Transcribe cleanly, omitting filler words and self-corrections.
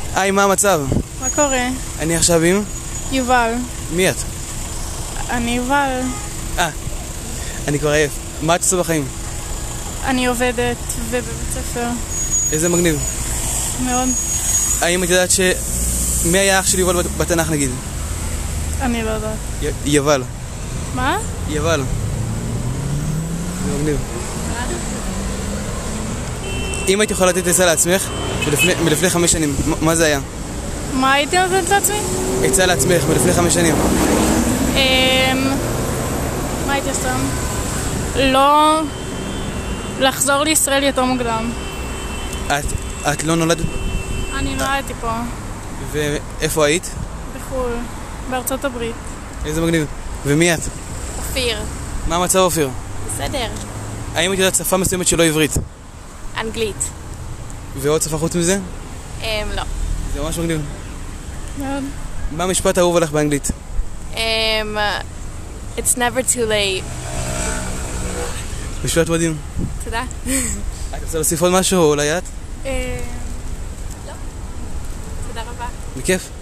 היי, מה המצב? מה קורה? אני עכשיו עם... יובל. מי את? אני יובל. אני כבר עייף. מה את עושה בחיים? אני עובדת ובבית ספר. איזה מגניב. מאוד. האם את יודעת מי היה אח של יובל בתנ"ך נגיד? אני לא יודעת. יובל. מה? יובל. זה מגניב. אם היית יכולה לתת עצה לעצמך מלפני 5 שנים, מה זה היה? מה הייתי נותנת לעצמי? עצה לעצמך מלפני 5 שנים. מה הייתי עושה? לא... לחזור לישראל יותר מוקדם. את לא נולדת? אני נולדתי פה. ואיפה היית? בחו"ל. בארצות הברית. איזה מגניב. ומי את? אופיר. מה המצב אופיר? בסדר. האם את יודעת שפה מסוימת שלא עברית? אנגלית. ועוד שפה חוץ מזה? לא. זה ממש מגניב. מאוד. מה המשפט האהוב עליך באנגלית? It's never too late. משפט מדהים. תודה. את רוצה להוסיף עוד משהו או אולי את? לא. תודה רבה. בכיף.